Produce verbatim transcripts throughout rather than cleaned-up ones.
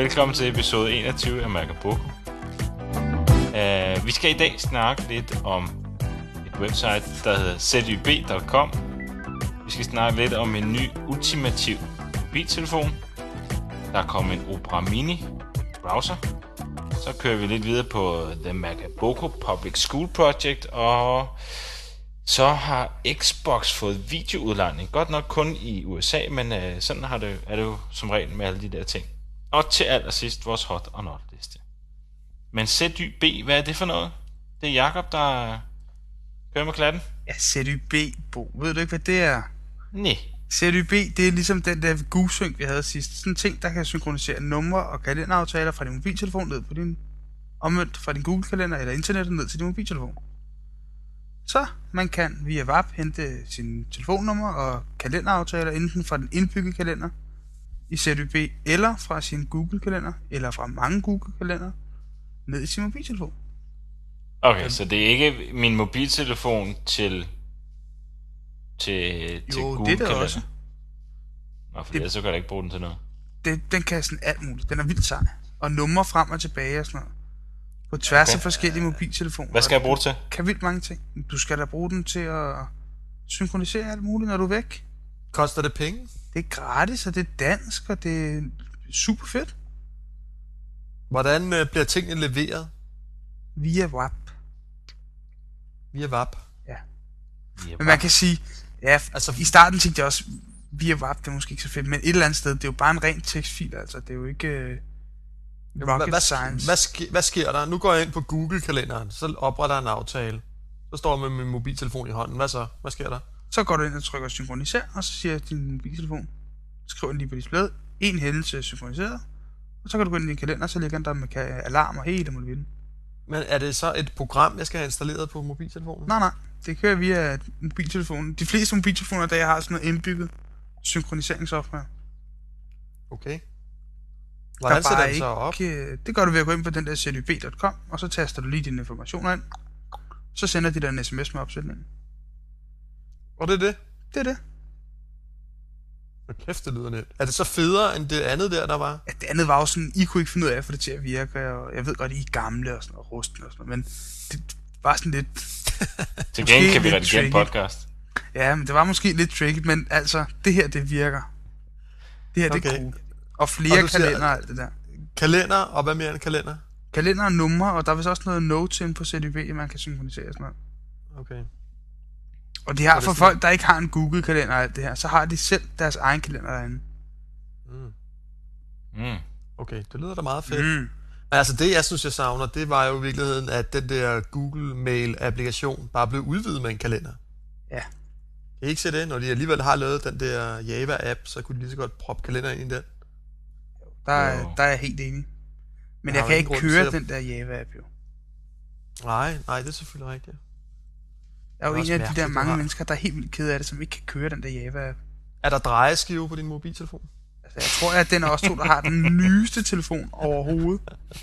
Velkommen til episode enogtyve af Macaboko. Uh, vi skal i dag snakke lidt om et website, der hedder z y b punktum com. Vi skal snakke lidt om en ny ultimativ mobiltelefon. Der er kommet en Opera Mini browser. Så kører vi lidt videre på The Macaboko Public School Project, og så har Xbox fået videoudlejning. Godt nok kun i U S A, men uh, sådan har det, er det jo som regel med alle de der ting. Og til allersidst vores hot og not liste. Men Z Y B, hvad er det for noget? Det er Jakob, der kører med klatten. Ja, Z Y B, Bo. Ved du ikke, hvad det er? Nej. Z Y B, det er ligesom den der Goosync, vi havde sidst. Sådan en ting, der kan synkronisere numre og kalenderaftaler fra din mobiltelefon ned på din omvendt fra din Google-kalender eller internettet ned til din mobiltelefon. Så man kan via W A P hente sine telefonnummer og kalenderaftaler enten fra den indbyggede kalender i Z Y B, eller fra sin Google-kalender, eller fra mange Google-kalender, ned i sin mobiltelefon. Okay, så det er ikke min mobiltelefon til til, til jo, Google-kalender? det er det også. Nå, for ellers så kan jeg ikke bruge den til noget. Det, den kan sådan alt muligt. Den er vildt sej. Og numre frem og tilbage og sådan noget. På tværs okay. af forskellige mobiltelefoner. Hvad skal jeg bruge det til? Kan vildt mange ting. Du skal da bruge den til at synkronisere alt muligt, når du er væk. Koster det penge? Det er gratis, og det er dansk, og det er super fedt. Hvordan øh, bliver tingene leveret? Via W A P. Via W A P? Ja. Via Men man kan sige, ja, altså i starten tænkte jeg også, via W A P, det er måske ikke så fedt, men et eller andet sted, det er jo bare en ren tekstfil, altså det er jo ikke uh, rocket hvad, science. Hvad, sker, hvad sker der? Nu går jeg ind på Google-kalenderen, så opretter jeg en aftale. Så står jeg med min mobiltelefon i hånden. Hvad så? Hvad sker der? Så går du ind og trykker synkronisere, og så siger din mobiltelefon, skriver den lige på displayet, en hændelse synkroniseret, og så kan du gå ind i din kalender, så ligger den der med alarm og hele muligheden. Men er det så et program, jeg skal have installeret på mobiltelefonen? Nej, nej. Det kører via mobiltelefonen. De fleste mobiltelefoner, der har sådan noget indbygget synkroniseringssoftware. Okay. Hvordan sætter den så op? Ikke, det gør du ved at gå ind på den der z y b punktum com, og så taster du lige dine informationer ind. Så sender de dig en sms med opsætningen. Og det er det? Det er det. Hvor kæft, det lyder net. Er det så federe end det andet der, der var? Ja, det andet var jo sådan, I kunne ikke finde ud af at få det til at virke, og jeg ved godt, I er gamle og sådan noget, rusten og sådan noget, men det var sådan lidt... Til gengæld kan vi redigere en podcast. Ja, men det var måske lidt tricky, men altså, det her, det virker. Det her, okay. Det er cool. Og flere og kalender og alt det der. Kalender, og hvad mere end kalender? Kalender og numre, og der er vist også noget notes ind på Z Y B, man kan synkronisere og sådan noget. Okay. Og de har for folk, der ikke har en Google-kalender og alt det her, så har de selv deres egen kalender derinde. Mm. Mm. Okay, det lyder da meget fedt. Mm. Men altså det, jeg synes, jeg savner, det var jo i virkeligheden, at den der Google Mail-applikation bare blev udvidet med en kalender. Ja. Kan I ikke se det? Når de alligevel har lavet den der Java-app, så kunne de lige så godt proppe kalenderen ind i den. Der er, der er jeg helt enig. Men jeg, jeg kan ikke køre den der Java-app jo. Nej, nej, det er selvfølgelig rigtigt. Jeg er jo en af de der mange mennesker, der er helt vildt kede af det, som ikke kan køre den der Java-app. Er der drejeskive på din mobiltelefon? Altså, jeg tror, at den er også to, der har den nyeste telefon overhovedet.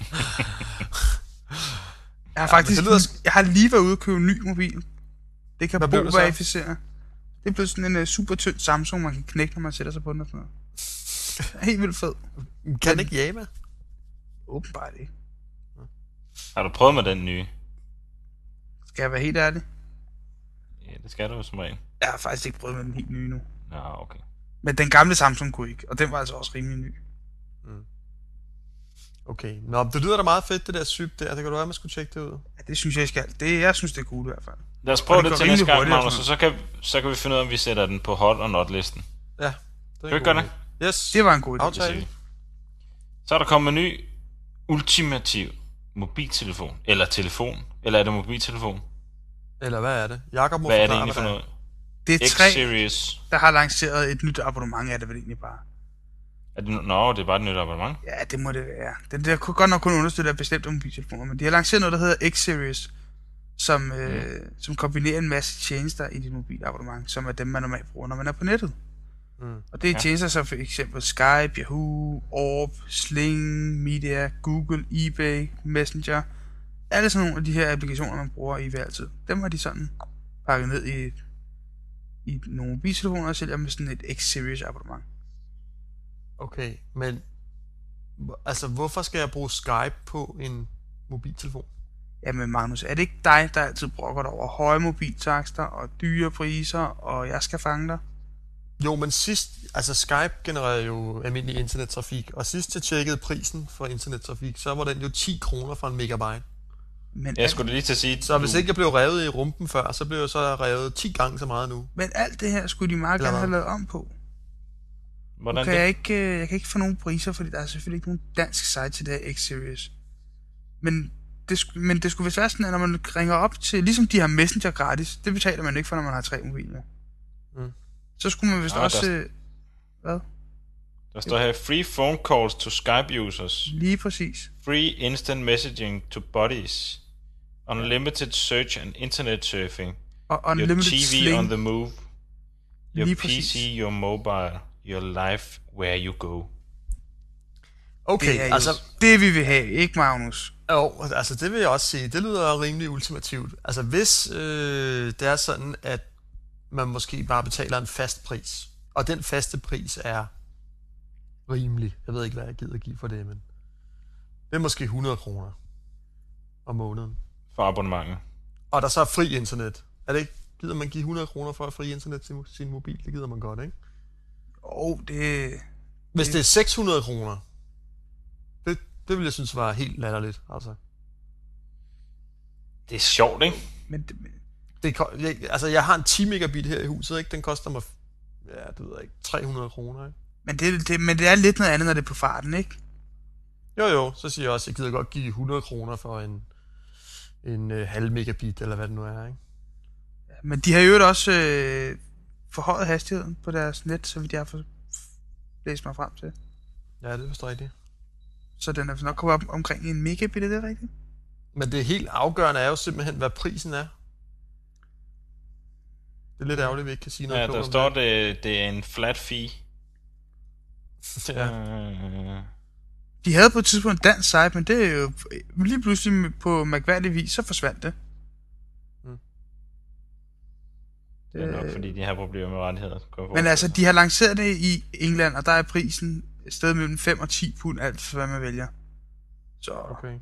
Jeg har faktisk, ja, lyder... jeg har lige været ude og købe en ny mobil. Det kan Bo verificere. Det er blevet sådan en uh, super tynd Samsung, man kan knække, når man sætter sig på den og sådan noget. Helt vildt fed. Kan den ikke Java? Åbenbart ikke. Har du prøvet med den nye? Skal jeg være helt ærlig? Ja, det skal du jo som regel. Jeg har faktisk ikke prøvet med den helt nye nu. Ja, okay. Men den gamle Samsung kunne ikke, og den var altså også rimelig ny. Mm. Okay, nå, det lyder da meget fedt, det der syp der. Det kan du være, man skulle tjekke det ud. Ja, det synes jeg skal. Det, jeg synes, det er cool i hvert fald. Lad os prøve det, det til næste gang, Magnus, så, så, kan, så kan vi finde ud af, om vi sætter den på hot og not listen. Ja, det er en god idé. Yes. Det var en god idé. Aftale. Så er der kommet en ny ultimativ mobiltelefon. Eller telefon. Eller er det mobiltelefon? Eller hvad er det? Jakob må hvad forklare, er det egentlig for noget? Det er tre, der har lanceret et nyt abonnement, er det vel egentlig bare. Er det, nå, det er bare et nyt abonnement? Ja, det må det være. Det der kunne godt nok kun understøtte af bestemte mobiltelefoner, men de har lanceret noget, der hedder X-Series, som, mm. øh, som kombinerer en masse tjenester i dit mobilabonnement, som er dem, man normalt bruger, når man er på nettet. Mm. Og det er ja. tjenester som for eksempel Skype, Yahoo, Orb, Sling, Media, Google, eBay, Messenger. Alle sådan nogle af de her applikationer, man bruger i hver tid. Dem har de sådan pakket ned i, et, i nogle mobiltelefoner og sælger med sådan et X-Series abonnement. Okay, men Altså, hvorfor skal jeg bruge Skype på en mobiltelefon? Jamen Magnus, er det ikke dig, der altid brokker dig over høje mobiltakster og dyre priser, og jeg skal fange dig? Jo, men sidst, altså Skype genererer jo almindelig internettrafik, og sidst jeg tjekkede prisen for internettrafik, så var den jo ti kroner for en megabyte. Men Jeg skulle lige til at sige... Så hvis du- ikke jeg blev revet i rumpen før, så blev jeg så revet ti gange så meget nu. Men alt det her skulle de meget Eller gerne have hvad? lavet om på. Hvordan Kan det? jeg, ikke, øh, jeg kan ikke få nogen priser, fordi der er selvfølgelig ikke nogen dansk site til det her X-Series. Men det, sk- men det skulle vist være sådan, at når man ringer op til... Ligesom de har Messenger gratis, det betaler man ikke for, når man har tre mobiler. Mm. Så skulle man vist Nå, også... der- øh, Hvad? Der står her, free phone calls to Skype users. Lige præcis. Free instant messaging to buddies. Unlimited search and internet surfing. Og Your unlimited T V sling. on the move. Your Lige P præcis. C, your mobile, your life, where you go. Okay, Det er jo altså, det, vi vil have, ikke Magnus? jo, altså det vil jeg også sige. Det lyder rimelig ultimativt. Altså hvis øh, det er sådan, at man måske bare betaler en fast pris, og den faste pris er rimelig. Jeg ved ikke, hvad jeg gider give for det, men det er måske hundrede kroner om måneden. For abonnementet. Og der så er fri internet. Er det ikke, gider man give hundrede kroner for at fri internet til sin mobil? Det gider man godt, ikke? Åh, oh, det... Hvis det er seks hundrede kroner, det, det vil jeg synes var helt latterligt, altså. Det er sjovt, ikke? Men, det- men Det, ko- jeg, altså, jeg har en ti megabit her i huset, ikke? Den koster mig, ja, det ved jeg ikke, tre hundrede kroner, ikke? Men det, det, men det er lidt noget andet, når det er på farten, ikke? Jo, jo, så siger jeg også, at jeg gider godt give hundrede kroner for en, en øh, halv megabit, eller hvad det nu er, ikke? Men de har jo også øh, forhøjet hastigheden på deres net, så vidt jeg har fået læst mig frem til. Ja, det er vist rigtigt. Så den er vist nok kommet op omkring en megabit, er det rigtigt? Men det helt afgørende er jo simpelthen, hvad prisen er. Det er lidt ærgerligt, at vi ikke kan sige noget Ja, klogt der om står, det, det er en flat fee. det. Ja. Øh, De havde på et tidspunkt en dansk site, men det er jo lige pludselig på mærkværdig vis, så forsvandt det. Mm. det er nok, fordi de har problemer med rettigheder. Kunne jeg Men altså, forestille de har lanceret det i England, og der er prisen et sted mellem fem og ti pund, alt for hvad man vælger. Så Okay.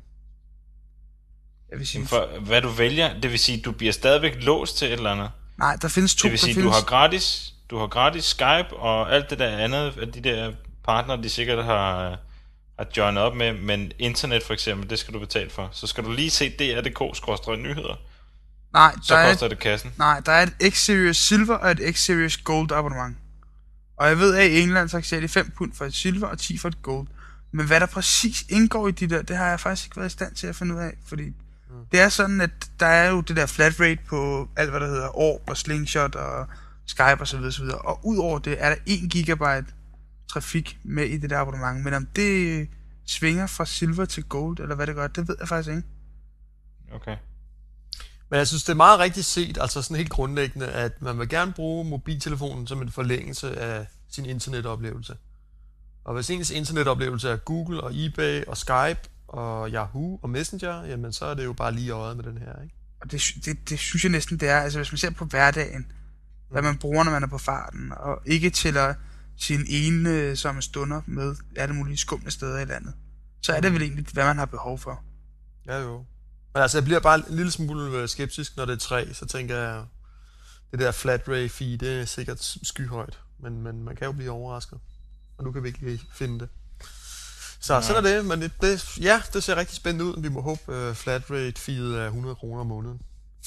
jeg vil sige... mig. For hvad du vælger, det vil sige, du bliver stadigvæk låst til et eller andet. Nej, der findes to. Det vil sige, der du findes... har gratis, du har gratis Skype og alt det der andet af de der partnere, de sikkert har, har joinet op med, men internet for eksempel, det skal du betale for. Så skal du lige se D R punktum d k nyheder, Nej, så der er koster det kassen. Nej, der er et X-Series Silver og et X-Series Gold abonnement. Og jeg ved, at i England så accepterer de fem pund for et Silver og ti for et Gold. Men hvad der præcis indgår i de der, det har jeg faktisk ikke været i stand til at finde ud af. Fordi mm. det er sådan, at der er jo det der flat rate på alt, hvad der hedder Orb og Slingshot og Skype osv. Og, så videre, så videre. Og udover det er der en gigabyte trafik med i det der abonnement. Men om det svinger fra Silver til Gold, eller hvad det gør, det ved jeg faktisk ikke. Okay. Men jeg synes, det er meget rigtigt set, altså sådan helt grundlæggende, at man vil gerne bruge mobiltelefonen som en forlængelse af sin internetoplevelse. Og hvis ens internetoplevelse er Google og eBay og Skype og Yahoo og Messenger, jamen så er det jo bare lige i øjet med den her, ikke? Og det, sy- det, det synes jeg næsten, det er. Altså hvis man ser på hverdagen, hvad man bruger, når man er på farten, og ikke tæller sine ene som stunder med alle mulige skumle steder i landet, så er det vel egentlig, hvad man har behov for. Ja jo. Men altså, jeg bliver bare en lille smule skeptisk, når det er tre, så tænker jeg, det der flat rate fee, det er sikkert skyhøjt, men, men man kan jo blive overrasket, og nu kan vi ikke lige finde det. Så ja. Sådan er det, men det, det, ja, det ser rigtig spændende ud. Vi må håbe, uh, flat rate fee'et er hundrede kroner om måneden.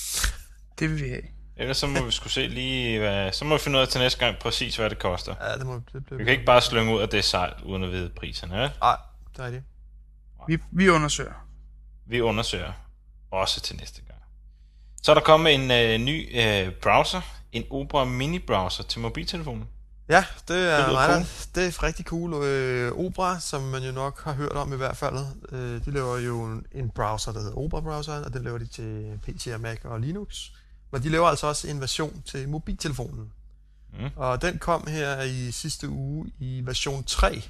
Det vil vi have. Ellers så må vi skulle se lige, hvad, så må vi finde ud af til næste gang præcis, hvad det koster. Ja, det må det blive. Vi kan ikke bare slynge ud, at det er sejt, uden at vide priserne, ja? Nej, det er det. Vi, vi undersøger. Vi undersøger også til næste gang. Så er der kommet en øh, ny øh, browser, en Opera Mini browser til mobiltelefonen. Ja, det er, Det lyder meget, cool. det er rigtig cool. Øh, Opera, som man jo nok har hørt om i hvert fald, øh, de laver jo en, en browser, der hedder Opera-browseren, og den laver de til P C og Mac og Linux. Men de laver altså også en version til mobiltelefonen. Mm. Og den kom her i sidste uge i version tre.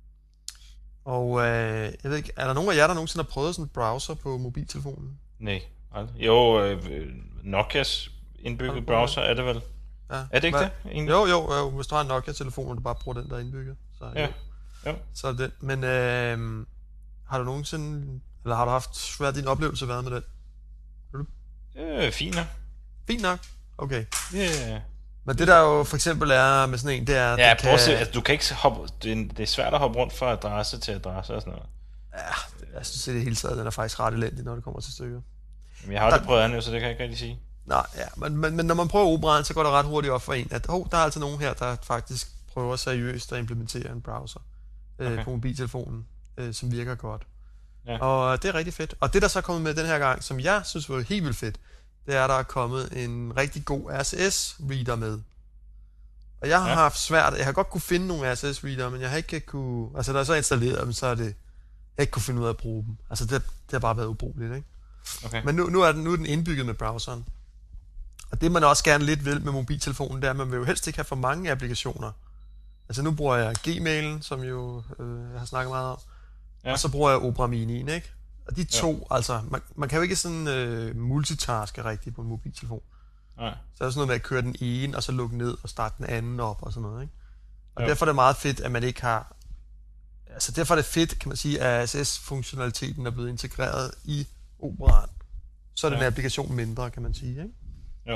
Og øh, jeg ved ikke, er der nogen af jer, der nogensinde har prøvet sådan en browser på mobiltelefonen? Nej, aldrig. Jo, øh, Nokias indbygget browser er det vel? Ja. Er det ikke Hvad? det? Egentlig? Jo, jo, jo, hvis du har en Nokia-telefon, og du bare bruger den, der er indbygget. Så, Ja. jo. Jo. Så er det. Men øh, har du nogensinde, eller har du haft, hvad er din oplevelse været med den? Det er fint nok. Fint nok. Okay. Yeah. Men det der jo for eksempel er med sådan en, det er... Ja, det prøv at kan... se, altså, du kan ikke hoppe, det, er, det er svært at hoppe rundt fra adresse til adresse og sådan noget. Ja, jeg synes, det hele taget, den er faktisk ret elendig, når det kommer til stykket. Men jeg har aldrig Der... prøvet andet, så det kan jeg ikke rigtig sige. Nej, ja, men, men, men når man prøver Operaen, så går det ret hurtigt op for en, at oh, der er altså nogen her, der faktisk prøver seriøst at implementere en browser øh, Okay. på mobiltelefonen, øh, som virker godt. Ja. Og det er rigtig fedt. Og det, der så er kommet med den her gang, som jeg synes var helt vildt fedt, det er, at der er kommet en rigtig god R S S-reader med. Og jeg har Ja. haft svært, jeg har godt kunne finde nogle R S S-reader, men jeg har ikke kunne, altså da jeg så installerede dem, så er det, jeg ikke kunne finde ud af at bruge dem. Altså det, det har bare været ubrugeligt, ikke? Okay. Men nu, nu, er den, nu er den indbygget med browseren. Og det man også gerne lidt vil med mobiltelefonen, det er, at man vil jo helst ikke have for mange applikationer. Altså nu bruger jeg Gmailen, som jo øh, jeg har snakket meget om. Ja. Og så bruger jeg Opera Mini'en, ikke? Og de to, Ja. altså, man, man kan jo ikke sådan øh, multitaske rigtigt på en mobiltelefon. Nej. Så er det sådan noget med at køre den ene, og så lukke ned og starte den anden op og sådan noget, ikke? Og Jo. derfor er det meget fedt, at man ikke har... Altså derfor er det fedt, kan man sige, at R S S-funktionaliteten er blevet integreret i Operaen. Så er den Ja. applikation mindre, kan man sige, ikke? Jo.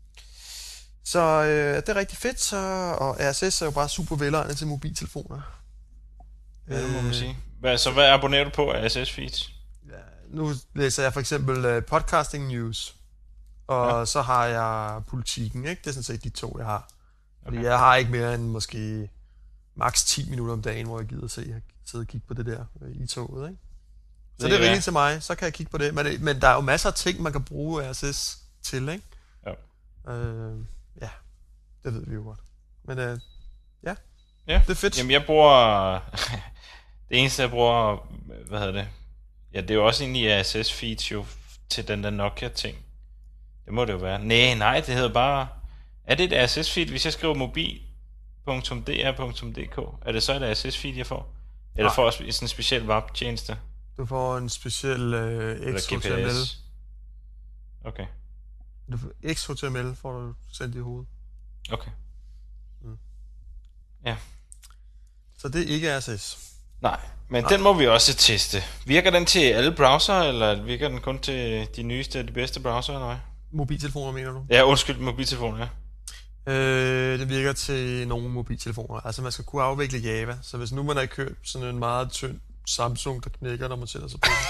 Så øh, det er rigtig fedt, så, og R S S er jo bare super velegnet til mobiltelefoner. Ja, det må man Øh, sige. Hvad, så hvad abonnerer du på af R S S-feeds? Ja, nu læser jeg for eksempel uh, podcasting news, og ja. så har jeg politikken, ikke? Det er sådan set de to, jeg har. Fordi Okay. jeg har ikke mere end måske maks ti minutter om dagen, hvor jeg gider se, jeg sidder og kigge på det der øh, i toget, ikke? Så Det det er kan rigeligt være. til mig, så kan jeg kigge på det. Men, det- men der er jo masser af ting, man kan bruge R S S til, ikke? Ja. Øh, ja, det ved vi jo godt. Men øh, ja, Ja. det er fedt. Jamen jeg bruger... det eneste jeg bruger... Hvad hedder det? Ja, det er jo også egentlig R S S-feeds jo til den der Nokia-ting. Det må det jo være. Nej, nej, det hedder bare... Er det et R S S-feed, hvis jeg skriver mobil punktum d r punktum d k? Er det så et R S S-feed, jeg får? Eller Nej. får jeg sådan en speciel web-tjeneste? Du får en speciel øh, Eller X H T M L. G P S? Okay, Du får X H T M L får du sendt i hovedet. okay. Mm. Ja. Så det er ikke R S S. Nej, men Nej. den må vi også teste. Virker den til alle browser, eller virker den kun til de nyeste og de bedste browser, eller hvad? Mobiltelefoner, mener du? Ja, undskyld, mobiltelefon, ja. Øh, det virker til nogle mobiltelefoner. Altså man skal kunne afvikle Java. Så hvis nu man har købt sådan en meget tynd Samsung, der knækker, når man sætter sig på den,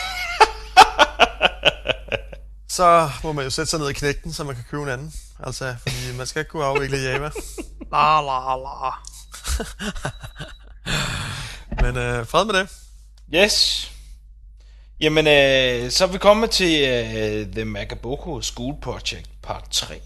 så må man jo sætte sig ned i knægten, så man kan købe en anden. Altså, fordi man skal ikke kunne afvikle Java. La la la. Men øh, fred med det. Yes. Jamen, øh, så er vi kommet til øh, The Magaboku School Project Part tre.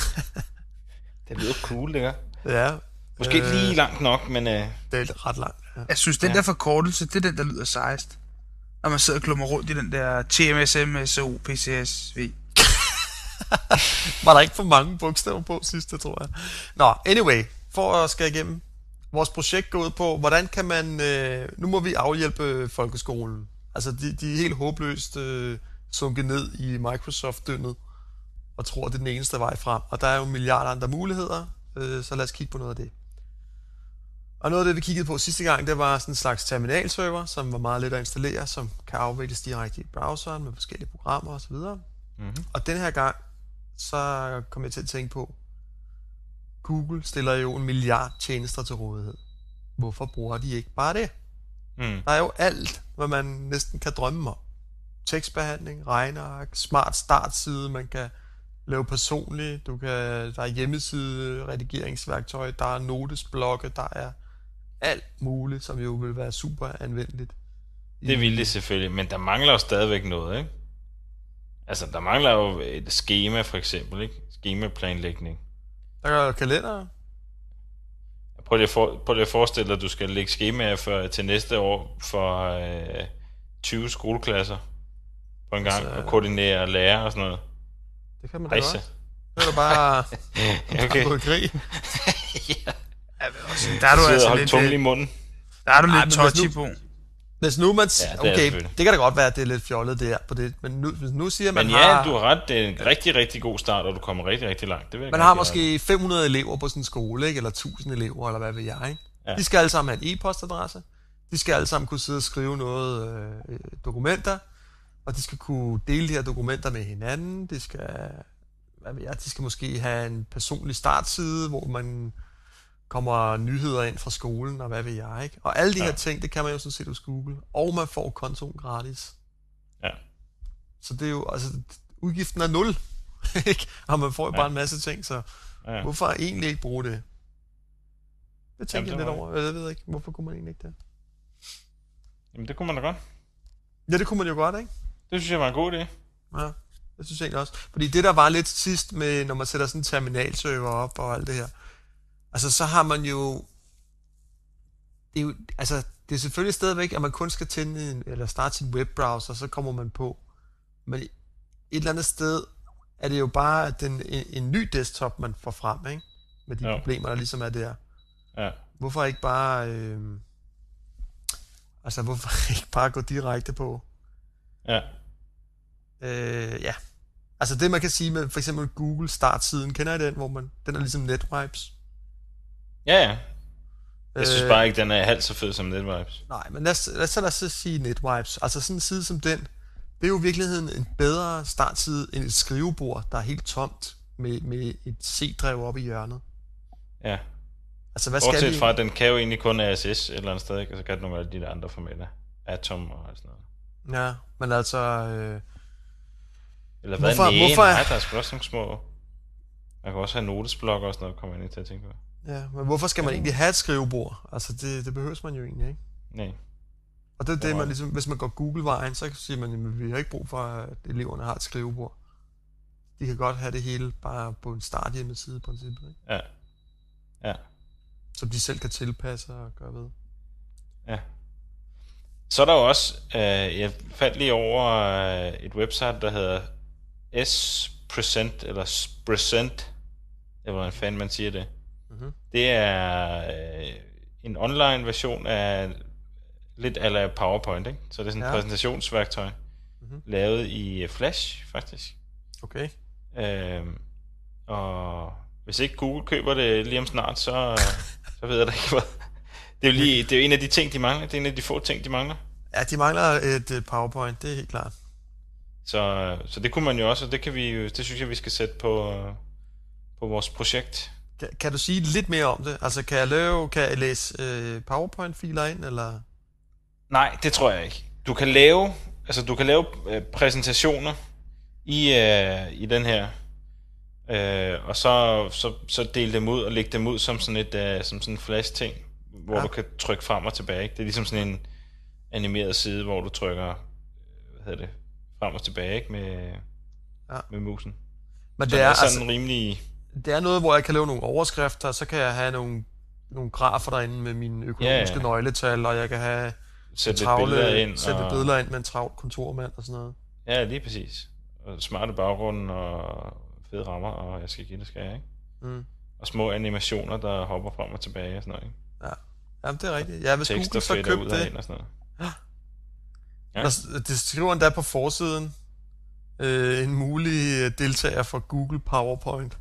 Det lyder cool, det her. Ja. Måske ikke lige langt nok, men... Øh, Det er ret langt. Ja. Jeg synes, den Ja. der forkortelse, det er den, der lyder sejst. Når man sidder og klummer rundt i den der T M S M S O P C S V. Var der ikke for mange bogstaver på sidste, tror jeg. Nå, anyway, for at skal igennem. Vores projekt går ud på, hvordan kan man... Øh, nu må vi afhjælpe folkeskolen. Altså, de, de er helt håbløst øh, sunket ned i Microsoft-dyndet og tror, det er den eneste vej frem. Og der er jo en milliard andre muligheder, øh, så lad os kigge på noget af det. Og noget af det, vi kiggede på sidste gang, det var sådan en slags terminalserver, som var meget let at installere, som kan afvikles direkte i browseren med forskellige programmer osv. mm-hmm. Og den her gang, så kom jeg til at tænke på, Google stiller jo en milliard tjenester til rådighed. Hvorfor bruger de ikke bare det? mm. Der er jo alt, hvad man næsten kan drømme om. Tekstbehandling, regneark, smart startside, man kan lave personligt, du kan, der er hjemmeside, redigeringsværktøj, der er notesblokke, der er alt muligt, som jo vil være super anvendeligt. Det vil det selvfølgelig, men der mangler jo stadigvæk noget, ikke? Altså, der mangler jo et skema, for eksempel, ikke? Skemaplanlægning. Der er jo kalender. Prøv lige, at for, prøv lige at forestille dig, at du skal lægge skemaer for, til næste år for øh, tyve skoleklasser på en gang, Altså, og koordinere og lære og sådan noget. Det kan man da Rejse. godt. Det er da bare Okay. gå i krig. Ja. Ja, men også, der er du Sidder og altså holde lidt, tungen i øh, munden. der er du Ej, lidt men hvis touchy nu- på. Hvis nu man... Ja, det er okay, selvfølgelig. det kan da godt være, at det er lidt fjollet det her på det, men nu, hvis nu siger man Men har... ja, du har ret. Det er en rigtig, rigtig god start, og du kommer rigtig, rigtig langt. Det vil jeg Man gerne har give dig. måske fem hundrede elever på sådan en skole, ikke? Eller tusind elever, eller hvad ved jeg, ikke? Ja. De skal alle sammen have en e-postadresse. De skal alle sammen kunne sidde og skrive noget øh, dokumenter, og de skal kunne dele de her dokumenter med hinanden. De skal, hvad ved jeg, de skal måske have en personlig startside, hvor man kommer nyheder ind fra skolen, og hvad ved jeg, ikke? Og alle de ja. her ting, det kan man jo sådan set hos Google. Og man får kontoen gratis. Ja. Så det er jo, altså, udgiften er nul, ikke? Og man får jo ja. bare en masse ting, så ja. hvorfor egentlig ikke bruge det? Det tænker jeg lidt over. Jeg ved ikke, hvorfor kunne man egentlig ikke det? Jamen, det kunne man da godt. Ja, det kunne man jo godt, ikke? Det synes jeg var en god idé. Ja, det synes jeg egentlig også. Fordi det, der var lidt sidst med, når man sætter sådan en terminalserver op og alt det her, altså, så har man jo... Det er jo, altså, det er selvfølgelig stadigvæk, at man kun skal tænde en, eller starte sin webbrowser, så kommer man på. Men et eller andet sted er det jo bare den, en, en ny desktop, man får frem, ikke? Med de jo. problemer, der ligesom er der. Ja. Hvorfor ikke bare... Øh, altså, hvorfor ikke bare gå direkte på? Ja. Øh, ja. Altså det, man kan sige med for eksempel Google startsiden, kender I den, hvor man... Den er ligesom NetWipes. Ja, ja. Jeg synes bare ikke, den er halvt så fed som NetWipes. Nej, men lad os, lad os, så lad os sige NetWipes. Altså sådan en side som den, det er jo i virkeligheden en bedre startside end et skrivebord, der er helt tomt med, med et C-drev oppe i hjørnet. Ja. Altså hvad skal Bortset vi... fra, at den kan jo egentlig kun A S S et eller andet sted, ikke? Og så kan den nogle af de der andre formater. Atom og sådan noget. Ja, men altså... Øh... Eller hvad? Hvorfor, Nej, hvorfor... nej, der er sgu også nogle små... Man kan også have notesblokke og sådan noget, kommer jeg ind til at tænke på. Ja, men hvorfor skal man egentlig have et skrivebord? Altså det, det behøves man jo egentlig, ikke? Nej. Og det er det, man ligesom, hvis man går Google-vejen, så siger man, at vi har ikke brug for, at eleverne har et skrivebord. De kan godt have det hele bare på en starthjemmeside, på princippet, ikke? Ja. Ja. Som de selv kan tilpasse og gøre ved. Ja. Så er der jo også, øh, jeg faldt lige over øh, et website, der hedder S-Present, eller S-Present, eller hvordan fanden man siger det. Mm-hmm. Det er øh, en online version af lidt a la PowerPoint, ikke? Så det er sådan et ja. præsentationsværktøj, mm-hmm. lavet i Flash, faktisk. Okay. Øh, og hvis ikke Google køber det lige om snart, så, så ved jeg da ikke hvad. Det er jo lige, det er jo en af de ting, de mangler. Det er en af de få ting, de mangler. Ja, de mangler et, et PowerPoint, det er helt klart. Så, så det kunne man jo også, og det kan vi jo, det synes jeg, vi skal sætte på, på vores projekt. Kan, kan du sige lidt mere om det? Altså, kan jeg lave, kan jeg læse øh, PowerPoint-filer ind, eller? Nej, det tror jeg ikke. Du kan lave, altså du kan lave øh, præsentationer i øh, i den her, øh, og så så så dele dem ud og lægge dem ud som sådan et øh, som sådan en flash ting, hvor ja. du kan trykke frem og tilbage. Ikke? Det er ligesom sådan en animeret side, hvor du trykker, hvad hedder det, frem og tilbage, ikke, med ja. med musen. Men det, det er, er sådan altså, rimelig. Det er noget, hvor jeg kan lave nogle overskrifter, så kan jeg have nogle nogle grafer derinde med mine økonomiske ja, ja. nøgletal, og jeg kan have sætte lidt billeder ind, sætte og... billeder ind med en travl kontormand og sådan noget. Ja, lige præcis. Og smarte baggrunde og fede rammer, og jeg skal give det skal jeg, ikke? Mm. Og små animationer, der hopper frem og tilbage og sådan noget, ikke? Ja, jamen det er rigtigt. Ja, hvis Google så købte det. Og sådan noget. Ja. Ja. Det skriver endda på forsiden, øh, en mulig deltager for Google PowerPoint.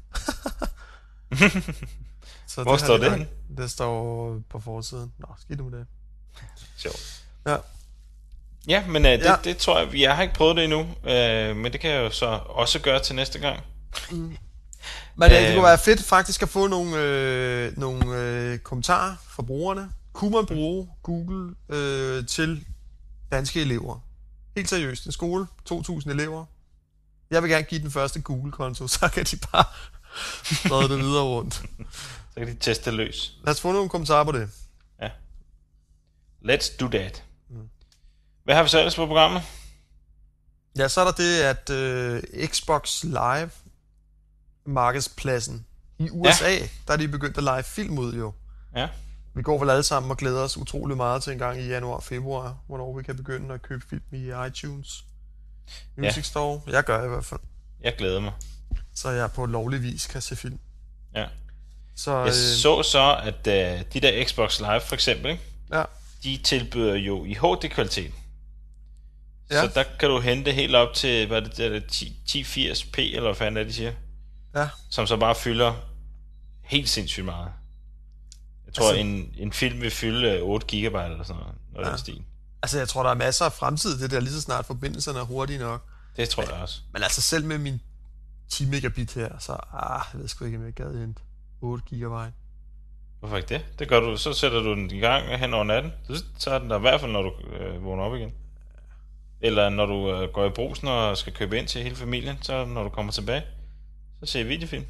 Så hvor det står det? Det står på forsiden. Nå, skidt nu det. Sjovt. Ja. Ja, men øh, det, ja. det tror jeg, jeg har ikke prøvet det endnu, øh, men det kan jeg jo så også gøre til næste gang. Mm. Men det, det kunne være fedt faktisk at få nogle, øh, nogle øh, kommentarer fra brugerne. Kunne man bruge Google øh, til danske elever? Helt seriøst, en skole, to tusind elever. Jeg vil gerne give den første Google-konto, så kan de bare sprede det videre rundt. Så kan de teste løs. Lad os få nogle kommentarer på det. Ja. Let's do that. Mm. Hvad har vi så ellers på programmet? Ja, så er der det, at øh, Xbox Live markedspladsen i U S A, ja. Der er de begyndt at lege film ud jo. Ja. Vi går vel alle sammen og glæder os utrolig meget til en gang i januar, februar, hvornår vi kan begynde at købe film i iTunes Music ja. Store. Jeg gør i hvert fald. Jeg glæder mig. Så jeg på lovlig vis kan se film. Ja. Så, jeg øh... så så, at uh, de der Xbox Live for eksempel, ikke? Ja. De tilbyder jo i H D-kvalitet. Ja. Så der kan du hente helt op til, hvad det der, ti firs p, eller hvad fanden er de siger? Ja. Som så bare fylder helt sindssygt meget. Jeg tror, altså, en, en film vil fylde otte gigabyte eller sådan noget, noget ja. Den stil. Altså, jeg tror, der er masser af fremtid, det der lige så snart forbindelserne er hurtige nok. Det tror men, jeg også. Men altså, selv med min ti megabit her, så ah, jeg ved sgu ikke, om jeg gad hente otte gigabyte. Hvorfor ikke det? Det gør du, så sætter du den i gang hen over natten. Så er den der i hvert fald, når du øh, vågner op igen. Eller når du øh, går i brusen og skal købe ind til hele familien, så når du kommer tilbage, så ser jeg videofilm.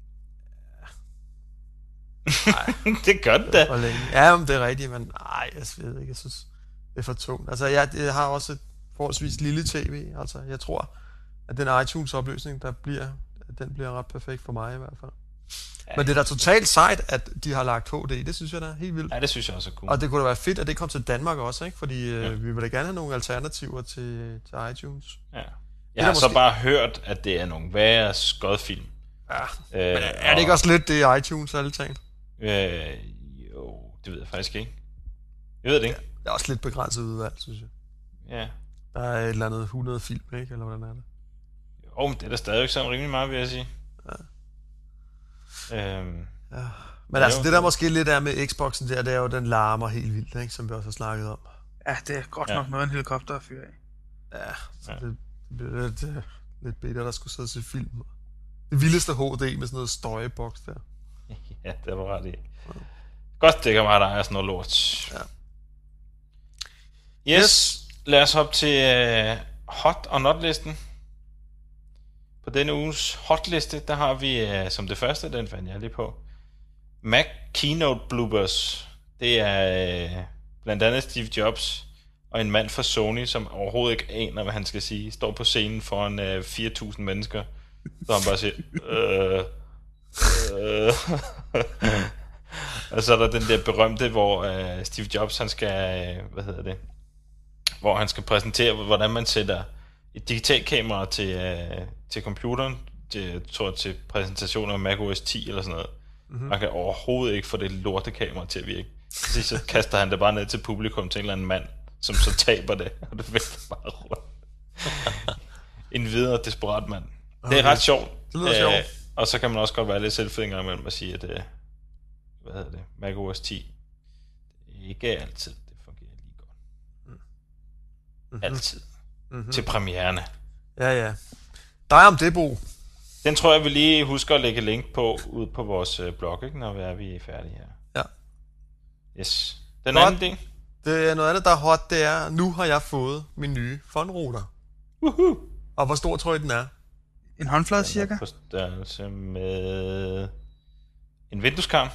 Nej. Det gør det da. Ja, men det er rigtigt, men nej, jeg ved ikke, jeg synes, det er for tungt. Altså, jeg, jeg har også et forholdsvis lille tv, altså, jeg tror, at den iTunes-opløsning, der bliver, den bliver ret perfekt for mig i hvert fald. Ja. Men det er da totalt sejt, at de har lagt H D, det synes jeg da er helt vildt. Ja, det synes jeg også er cool. Og det kunne da være fedt, at det kom til Danmark også, ikke? Fordi ja. øh, vi vil da gerne have nogle alternativer til, til iTunes. Ja. Jeg har måske... så bare hørt, at det er nogle værre skodfilm. Ja, øh, men er det ikke også lidt det i iTunes alle ting? Øh, jo, det ved jeg faktisk ikke. Jeg ved det ikke. Ja, det er også lidt begrænset udvalg, synes jeg. Ja. Der er et eller andet hundrede film, ikke? Eller hvordan er det? Jo, men det er da stadigvæk sådan rimelig meget, vil jeg sige. Ja. Øhm, ja. Men altså, det der måske lidt er med Xboxen der, det er jo, den larmer helt vildt, ikke? Som vi også har snakket om. Ja, det er godt ja. nok noget, en helikopter at fyre af. Ja, så ja. Det, det bliver lidt, uh, lidt bedre, der skulle sidde til film. Det vildeste H D med sådan noget støjeboks der. Ja, det var ret i. Ja. Godt, det kan være, der er sådan noget lort. Ja. Yes, yes. Lad os hoppe til uh, hot og not listen. På denne uges hotliste, der har vi uh, som det første, den fandt jeg lige på, Mac Keynote Bloopers. Det er uh, blandt andet Steve Jobs og en mand fra Sony, som overhovedet ikke aner, hvad han skal sige, står på scenen foran uh, fire tusind mennesker, så han bare siger øh, øh. Og så er der den der berømte, hvor uh, Steve Jobs, han skal, uh, hvad hedder det, hvor han skal præsentere, hvordan man sætter et digitalkamera til, uh, til computeren, til, tror jeg, til præsentation af Mac O S ti eller sådan noget. Mm-hmm. Man kan overhovedet ikke få det lortekamera til at virke. Så, så kaster han det bare ned til publikum, til en eller anden mand, som så taber det, og det vælter bare rundt. En videre desperat mand. Det er ret sjovt. Det lyder sjovt. Æh, og så kan man også godt være lidt selvfed en gang imellem og sige, at det, hvad hedder det, Mac O S ti, det er ikke altid, det fungerer lige godt. Mm-hmm. Altid. Mm-hmm. Til premiererne. Ja, ja. Dig om det, Bo. Den tror jeg, vi lige husker at lægge link på ud på vores blog, ikke, når vi er, vi er færdige her. Ja. Yes. Den godt. anden ting. Det er noget andet, der er hot, det er, nu har jeg fået min nye fondruter. Woohoo! Og hvor stor tror I, den er? En håndflade den cirka? Den er på størrelse med en vindueskarm.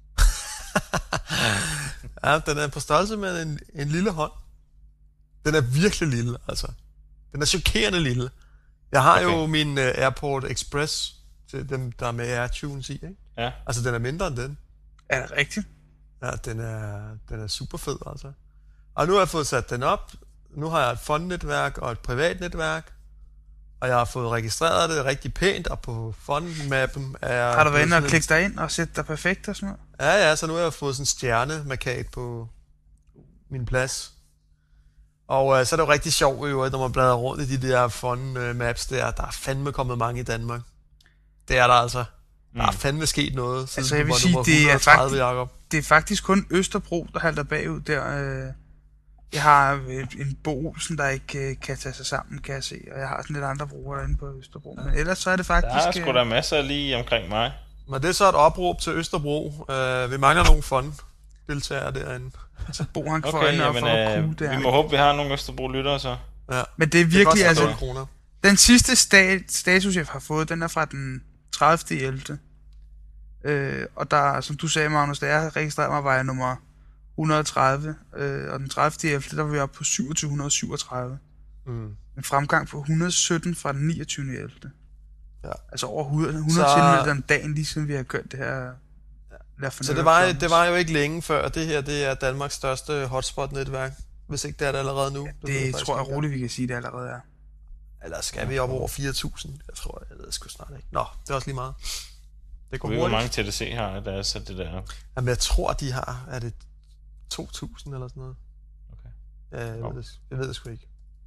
Ja, den er på størrelse med en, en lille hånd. Den er virkelig lille, altså. Den er chokerende lille. Jeg har okay. jo min uh, AirPort Express til dem, der er med AirTunes i, ikke? Ja. Altså, den er mindre end den. Er det rigtigt? Ja, den er, den er super fed, altså. Og nu har jeg fået sat den op. Nu har jeg et fondnetværk og et privatnetværk. Og jeg har fået registreret det rigtig pænt, og på fondmappen er... Har du været inde og klikke dig ind og sætte dig perfekt og sådan noget? Ja, ja, så nu har jeg fået sådan en stjernemarkat på min plads. Og øh, så er det jo rigtig sjovt, jo, når man bladrer rundt i de der fondmaps der. Der er fandme kommet mange i Danmark. Det er der altså. Der er fandme sket noget. Siden Altså jeg vil sige, det er, faktisk, det er faktisk kun Østerbro, der halter bagud der. Jeg har en Bo Olsen, der ikke kan tage sig sammen, kan jeg se. Og jeg har sådan lidt andre brugere derinde på Østerbro. Men ellers så er det faktisk... Der er sgu da masser lige omkring mig. Men det er så et opråb til Østerbro. Uh, vi mangler nogle fonddeltagere derinde. Så Bo han kan okay, få ind og få øh, der. Vi må håbe, vi har nogle Østerbro-lyttere så. Ja. Men det er virkelig det altså... Kroner. Den sidste stat, status, jeg har fået, den er fra den tredivte ellevte Øh, og der, som du sagde, Magnus, da jeg registrerede mig, var jeg nummer et hundrede og tredive, øh, og den tredivte ellevte der var vi oppe på syvogtyve syvogtredive. Mm. En fremgang på et hundrede og sytten fra den niogtyvende ellevte Ja. Altså over hundrede tilmeldelser om dagen, lige siden vi har kørt det her. Ja. Så det var, det var jo ikke længe før. Det her, det er Danmarks største hotspot-netværk. Hvis ikke det er det allerede nu. Ja, det, det tror jeg roligt, vi kan sige, det allerede er. Eller skal vi op over fire tusind? Jeg tror, jeg ved sgu snart ikke. Nå, det er også lige meget. Det går hurtigt. Hvor mange T D C har, der er sat det der? Jamen, jeg tror, de har, er det to tusind eller sådan noget? Okay. Ja, jeg, ved det, jeg ved det sgu ikke.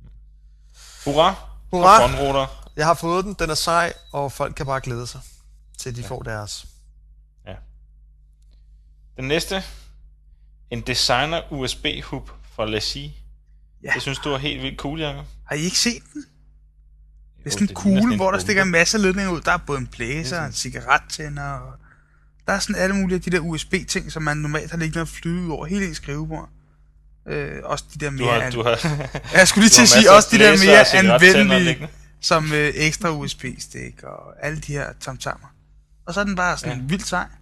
Hurra! Hurra! Jeg har fået den, den er sej, og folk kan bare glæde sig til, de ja. får deres. Ja. Den næste. En designer U S B-hub fra Lacy. Ja. Det synes du er helt vildt cool, Jacob? Har I ikke set den? Det er Jo, sådan en ligner kugle, en hvor der bombe. stikker en masse ledninger ud. Der er både en blæser, en cigarettænder, og der er sådan alle mulige af de der U S B-ting, som man normalt har liggende og flyde ud over hele ens skrivebord. Øh, også de der Du mere... har, du har, jeg skulle lige du til har at sige, masser af også de der blæser mere og cigarettænder anvendelige, liggende. som øh, ekstra U S B-stik og alle de her tamtammer. Og så er den bare sådan Ja. ja. vildt sej.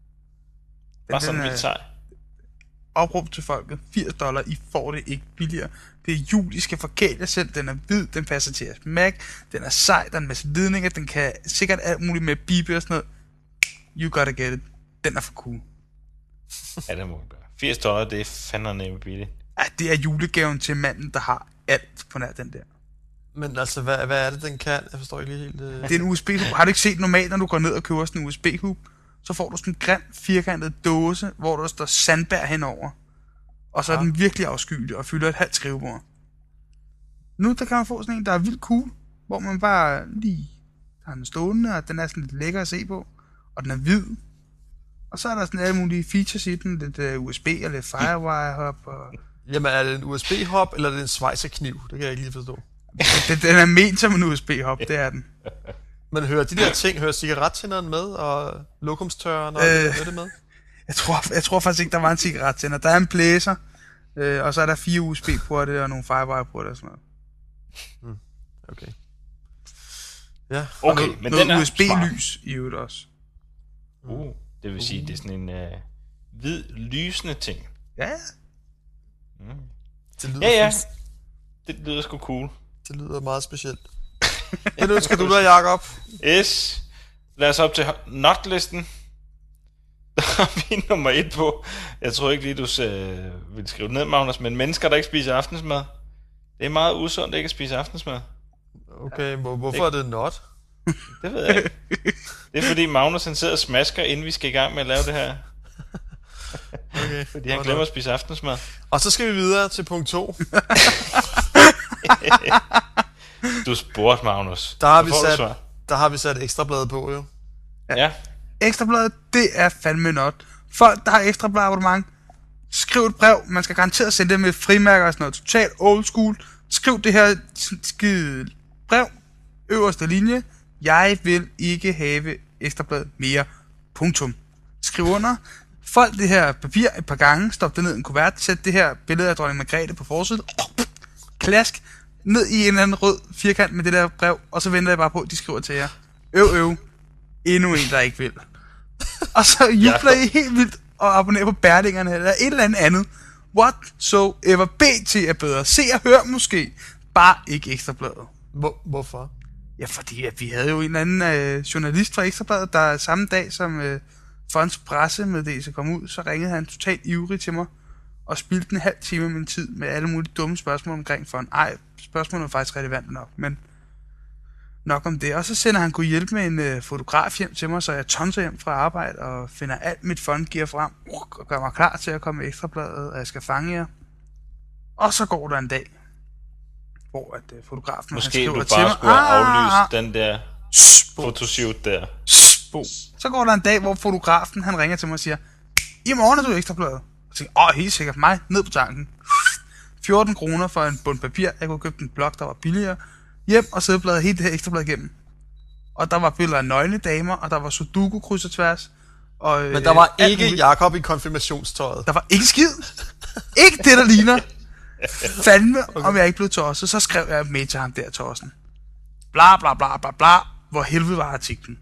Bare sådan den, vildt øh, sej. Opråb til folket. firs dollar, I får det ikke billigere. Det er jul, I skal forkæle jer selv. Den er hvid, den passer til jeres Mac. Den er sej, der er en masse ledninger. Den kan sikkert alt muligt med bibe og sådan noget. You gotta get it. Den er for cool. Ja, det må man gøre. firs dollar, det er fandme nemme billigt. Ja, det er julegaven til manden, der har alt på nær den der. Men altså, hvad, hvad er det, den kan? Jeg forstår ikke lige helt... Øh... Det er en U S B-hub. Har du ikke set normalt, når du går ned og køber sådan en U S B-hub? Så får du sådan en grim, firkantet dåse, hvor der står sandbær henover. Og så er Ja. den virkelig afskyelig og fylder et halvt skrivebord. Nu der kan man få sådan en, der er vildt cool, hvor man bare lige har den stående, og den er sådan lidt lækker at se på. Og den er hvid. Og så er der sådan alle mulige features i den, lidt uh, U S B og lidt Firewire-hop. Og... Jamen, er det en U S B-hop, eller er det en svejserkniv? Det kan jeg ikke lige forstå. den, den er ment som en U S B-hop, det er den. Men hører de der ting, hører cigarettænderen med, og lokumstørren, og Øh. øh... er det med? Jeg tror, jeg tror faktisk ikke, der var en cigarettænder. Der er en blæser, øh, og så er der fire U S B-porte og nogle Firewire-porte og sådan noget. Okay. Ja, Okay, noget, men noget den er U S B-lys i øvrigt også. Uh, det vil sige, det er sådan en uh, hvid, lysende ting. Ja, ja. det lyder, Ja, ja. fuldst- Det lyder sgu cool. det lyder meget specielt. Jeg ønsker du der, Jacob. Yes. Lad os op til notlisten. Der har vi nummer et på. Jeg tror ikke lige, du øh, vil skrive ned, Magnus, men mennesker, der ikke spiser aftensmad. Det er meget usundt ikke at spise aftensmad. Okay, hvor, hvorfor er det not? Det ved jeg ikke. Det er fordi Magnus han sidder og smasker, inden vi skal i gang med at lave det her. Okay. Fordi han glemmer at spise aftensmad. Og så skal vi videre til punkt to. Du spurgte, Magnus. Der har, Så vi får du sat, svar. der har vi sat ekstrabladet på, jo. Ja. Ekstrabladet, det er fandme not. Folk, der har ekstrabladet abonnement, skriv et brev. Man skal garanteret sende det med frimærker og sådan noget. Totalt old school. Skriv det her skide brev. Øverste linje. Jeg vil ikke have ekstrabladet mere. Punktum. Skriv under. Fold det her papir et par gange. Stop det ned i en kuvert. Sæt det her billede af dronning Margrethe på forsiden. Klask. Ned i en eller anden rød firkant med det der brev. Og så venter jeg bare på, at de skriver til jer. Øv, øv. Endnu en, der ikke vil. Og så jubler I helt vildt og abonnerer på Berdingerne eller et eller andet andet. Whatsoever. B T er bedre. Se og hør måske. Bare ikke Ekstrabladet. Hvor, hvorfor? Ja, fordi at vi havde jo en eller anden øh, journalist fra Ekstrabladet, der samme dag som øh, Fonds pressemeddelelse kom ud, så ringede han totalt ivrig til mig og spildte en halv time af min tid med alle mulige dumme spørgsmål omkring Fond. Ej, spørgsmålet var faktisk relevant nok, men nok om det. Og så sender han kunne hjælpe med en øh, fotograf hjem til mig, så jeg tonser hjem fra arbejde og finder alt mit fondgear frem og gør mig klar til at komme med Ekstrabladet, og jeg skal fange jer. Og så går der en dag, hvor at øh, fotografen han Måske skriver du til mig, bare skulle have "Ah, aflyst den der Spo. fotoshoot der. Spo. Så går der en dag, hvor fotografen han ringer til mig og siger, i morgen er du Ekstrabladet. Og jeg tænker, åh, helt sikkert mig, ned på tanken. fjorten kroner for en bund papir. Jeg kunne købe en blok, der var billigere. Hjem og sidde og bladre hele det her Ekstrablad igennem. Og der var billeder af nøgne damer, og der var sudoku kryds og tværs. Og, Men der var øh, alt ikke muligt. Jakob i konfirmationstøjet. Der var ikke skid. Ikke det, der ligner. Fandme, okay. Om jeg ikke blev tosset. Så skrev jeg med til ham der, tossen. Bla bla bla bla bla. Hvor helvede var artiklen.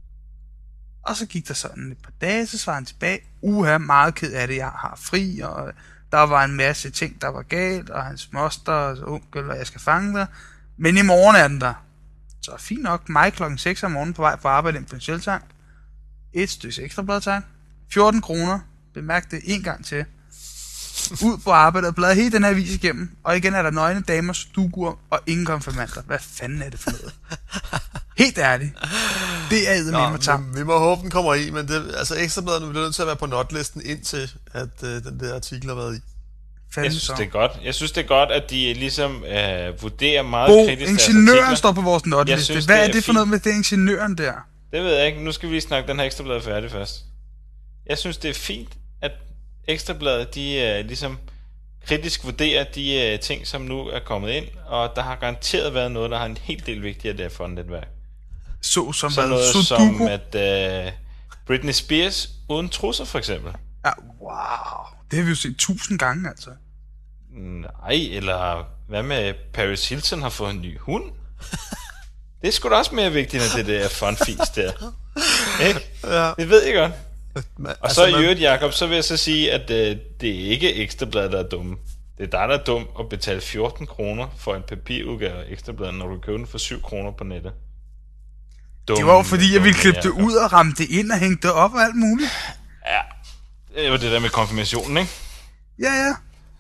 Og så gik der sådan et par dage, så svarede han tilbage. Uha, meget ked af det, jeg har fri. Og der var en masse ting, der var galt. Og hans moster og onkel, og jeg skal fange dig. Men i morgen er den der. Så fint nok. Mig klokken seks om morgenen på vej på arbejde ind på en Shell-tank. Et stykke ekstrabladtank. fjorten kroner. Bemærk det en gang til. Ud på arbejde og bladre hele den her avis igennem. Og igen er der nøgne damer, stuguer og ingen konfirmander. Hvad fanden er det for noget? Helt ærligt. Det er eddermame med tam. vi, vi må håbe, den kommer i, men det, altså Ekstrabladet bliver nødt til at være på notlisten, indtil at øh, den der artikel har været i. Fanden Jeg synes, så. det er godt. Jeg synes, det er godt, at de ligesom øh, vurderer meget Bo, kritisk deres ingeniøren artikler. står på vores Jeg notliste. synes, Hvad det er er det for fint. noget med det ingeniøren der? Det ved jeg ikke. Nu skal vi lige snakke den her Ekstrablad færdig først. Jeg synes, det er fint, at Ekstrabladet, de uh, ligesom kritisk vurderer de uh, ting, som nu er kommet ind, og der har garanteret været noget, der har en helt del vigtigere der for en netværk. Så som Så hvad? noget Sudoku? som, at uh, Britney Spears uden trusser, for eksempel. Ja, wow. Det har vi jo set tusind gange, altså. Nej, eller hvad med Paris Hilton har fået en ny hund? Det er sgu da også mere vigtigt end det der fun-fis der. Ikke? Ja. Det ved jeg godt. Men, Og så i øvrigt, Jacob, så vil jeg så sige, at øh, det er ikke Ekstrabladet, der er dumme. Det er dig, der er dum at betale fjorten kroner for en papirudgave af Ekstrabladet, når du køber den for syv kroner på nettet. Dum, Det var jo fordi, jeg ville dum, klippe det Jacob. ud og ramme det ind og hænge det op og alt muligt. Ja, det var det der med konfirmationen, ikke? Ja, ja.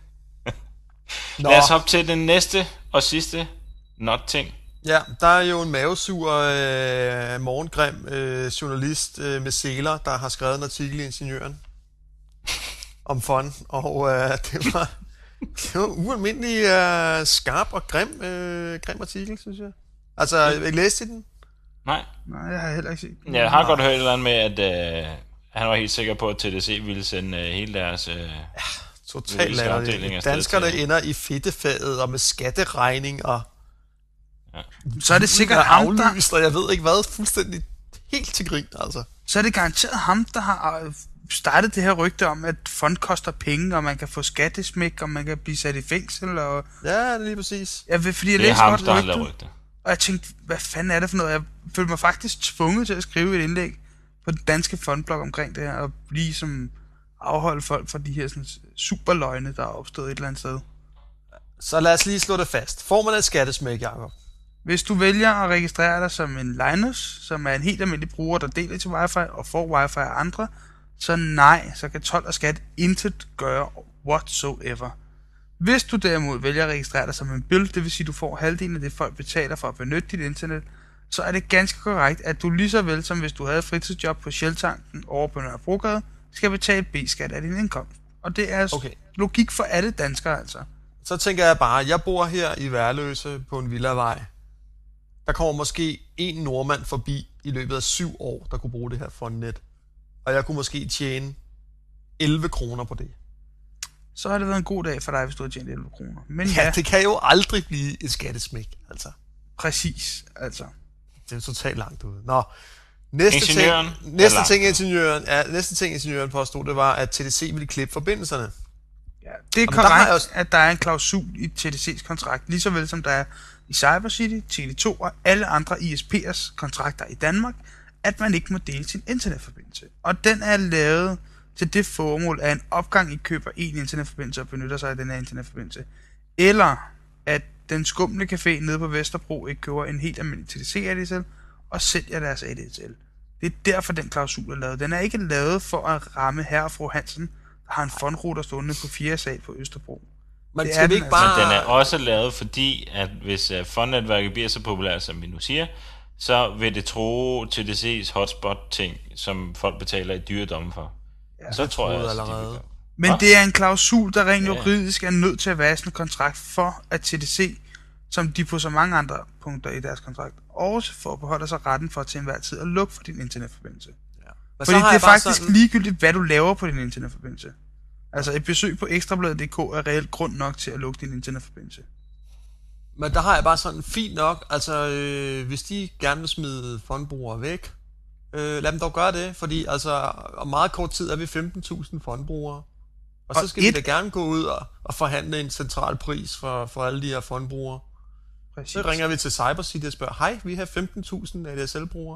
Nå, Lad os hoppe til den næste og sidste not-ting. ja, der er jo en mavesur øh, morgengrim øh, journalist øh, med seler, der har skrevet en artikel i Ingeniøren om fun, og øh, det var det var ualmindelig øh, skarp og grim, øh, grim artikel, synes jeg. Altså, jeg ikke læste den? Nej. Nej, jeg har heller ikke set den. Ja, jeg har godt hørt et eller andet med, at øh, han var helt sikker på, at T D C ville sende øh, hele deres... Øh, Totalt juridiske afdeling latterligt. afsted Danskerne til- ender i fedtefaget og med skatteregning og Så er det sikkert ham, der, aflyst, og jeg ved ikke hvad, fuldstændig helt til grin, altså. så er det garanteret ham, der har øh, startet det her rygte om, at fond koster penge, og man kan få skattesmæk, og man kan blive sat i fængsel, og... Ja, det er lige præcis. Jeg ved, fordi jeg det er læste ham, godt der har rygtet, lavet rygter. og jeg tænkte, hvad fanden er det for noget? Jeg følte mig faktisk tvunget til at skrive et indlæg på den danske fondblog omkring det her, og lige som afholde folk fra de her sådan, superløgne, der er opstået et eller andet sted. Så lad os lige slå det fast. Får man et skattesmæk, Jacob? Hvis du vælger at registrere dig som en Linus, som er en helt almindelig bruger, der deler til wifi og får wifi af andre, så nej, så kan told og skat intet gøre whatsoever. Hvis du derimod vælger at registrere dig som en bill, det vil sige, at du får halvdelen af det, folk betaler for at benytte dit internet, så er det ganske korrekt, at du lige så vel som hvis du havde et fritidsjob på Shell-tanken over på Nørrebrogade, skal betale B-skat af din indkomst. Og det er Okay. logik for alle danskere, altså. Så tænker jeg bare, jeg bor her i Værløse på en villavej. Der kommer måske en nordmand forbi i løbet af syv år, der kunne bruge det her fondnet. Og jeg kunne måske tjene elleve kroner på det. Så har det været en god dag for dig, hvis du har tjent elleve kroner. Men Ja, ja, det kan jo aldrig blive et skattesmæk, altså. præcis, altså. Det er jo totalt langt ude. Nå, næste Ingeniøren ting, er næste langt ting ude. ingeniøren, ja, næste ting ingeniøren påstod, det var, at T D C ville klippe forbindelserne. Ja, det er der har jeg korrekt, også- at der er en klausul i T D C's kontrakt, lige så vel som der er i CyberCity, Tele to og alle andre I S P'ers kontrakter i Danmark, at man ikke må dele sin internetforbindelse. Og den er lavet til det formål, at en opgang ikke køber en internetforbindelse og benytter sig af den her internetforbindelse. Eller at den skumle café nede på Vesterbro ikke køber en helt almindelig T D C A D S L og sælger deres A D S L. Det er derfor, den klausul er lavet. Den er ikke lavet for at ramme herre og fru Hansen, der har en fondruter stående på fjerde sal på Østerbro. Men Det er skal vi den ikke altså. bare... Men den er også lavet, fordi at hvis uh, fondnetværket bliver så populært, som vi nu siger, så vil det tro T D C's hotspot-ting, som folk betaler i dyredomme for. Ja, så tror jeg troede også, de allerede. vil- Men Hva? det er en klausul, der rent Ja. juridisk er nødt til at være sådan en kontrakt for at T D C, som de på så mange andre punkter i deres kontrakt, også forbeholder sig retten for til enhver tid at lukke for din internetforbindelse. Men Fordi har det er jeg bare faktisk sådan- ligegyldigt, hvad du laver på din internetforbindelse. Altså et besøg på ekstrabladet punktum d k er reelt grund nok til at lukke din internetforbindelse. Men der har jeg bare sådan, fint nok, altså øh, hvis de gerne vil smide fondbrugere væk, øh, lad dem dog gøre det, fordi altså om meget kort tid er vi femten tusind fondbrugere. Og, og så Og skal et- vi da gerne gå ud og, og forhandle en central pris for, for alle de her fondbrugere. Præcis. Så ringer vi til CyberCity og spørger, hej, vi har femten tusind A D S L-brugere.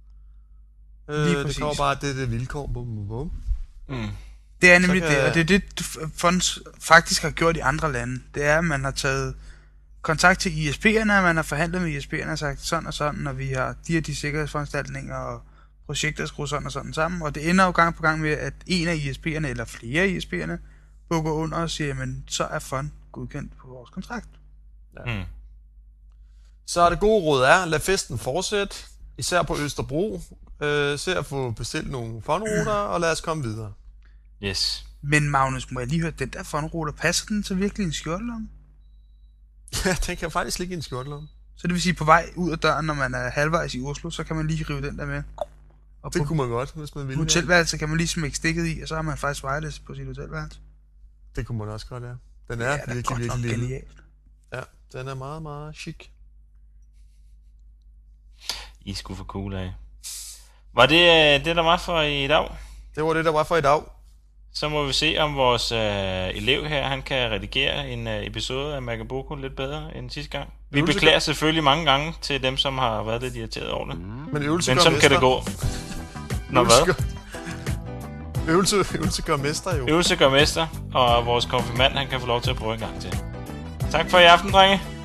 Øh, Lige det præcis. kommer bare, det er det vilkår. Bum, bum, bum. Mm. Det er nemlig kan- det, og det er det, Fonds faktisk har gjort i andre lande. Det er, at man har taget kontakt til I S P'erne, og man har forhandlet med I S P'erne og sagt sådan og sådan, og vi har de her de sikkerhedsforanstaltninger og projekter skruet sådan og sådan sammen, og det ender jo gang på gang med, at en af I S P'erne, eller flere af I S P'erne, bukker under og siger, men så er Fond godkendt på vores kontrakt. Mm. Så det gode råd er, lad festen fortsætte, især på Østerbro. Øh, se at få bestilt nogle fondruter, og lad os komme videre. Yes. Men Magnus, må jeg lige høre, den der fondruter, passer den så virkelig en skjortelomme? Ja, den kan faktisk ligge i en skjortelomme. Så det vil sige, på vej ud af døren, når man er halvvejs i Oslo, så kan man lige rive den der med. Og Det på kunne man godt, hvis man ville. Ja. hotelværelse kan man lige smække stikket i, og så har man faktisk wireless på sit hotelværelse. Det kunne man også godt, ja. Den er Ja, ja, det er virkelig, godt nok virkelig lille. genialt. Ja, den er meget, meget chic. I skulle få cool af. Var det øh, det, der var for i dag? Det var det, der var for i dag. Så må vi se, om vores øh, elev her, han kan redigere en øh, episode af Magaboko lidt bedre end sidste gang. Vi Øvelse beklager gør- selvfølgelig mange gange til dem, som har været lidt irriteret over det. Men øvelse Men gør sådan mester. kan det gå. Nå Øvelse hvad? gør- Øvelse, øvelse gør mester jo. Øvelse gør mester, og vores konfirmand, han kan få lov til at prøve en gang til. Tak for i aften, drenge.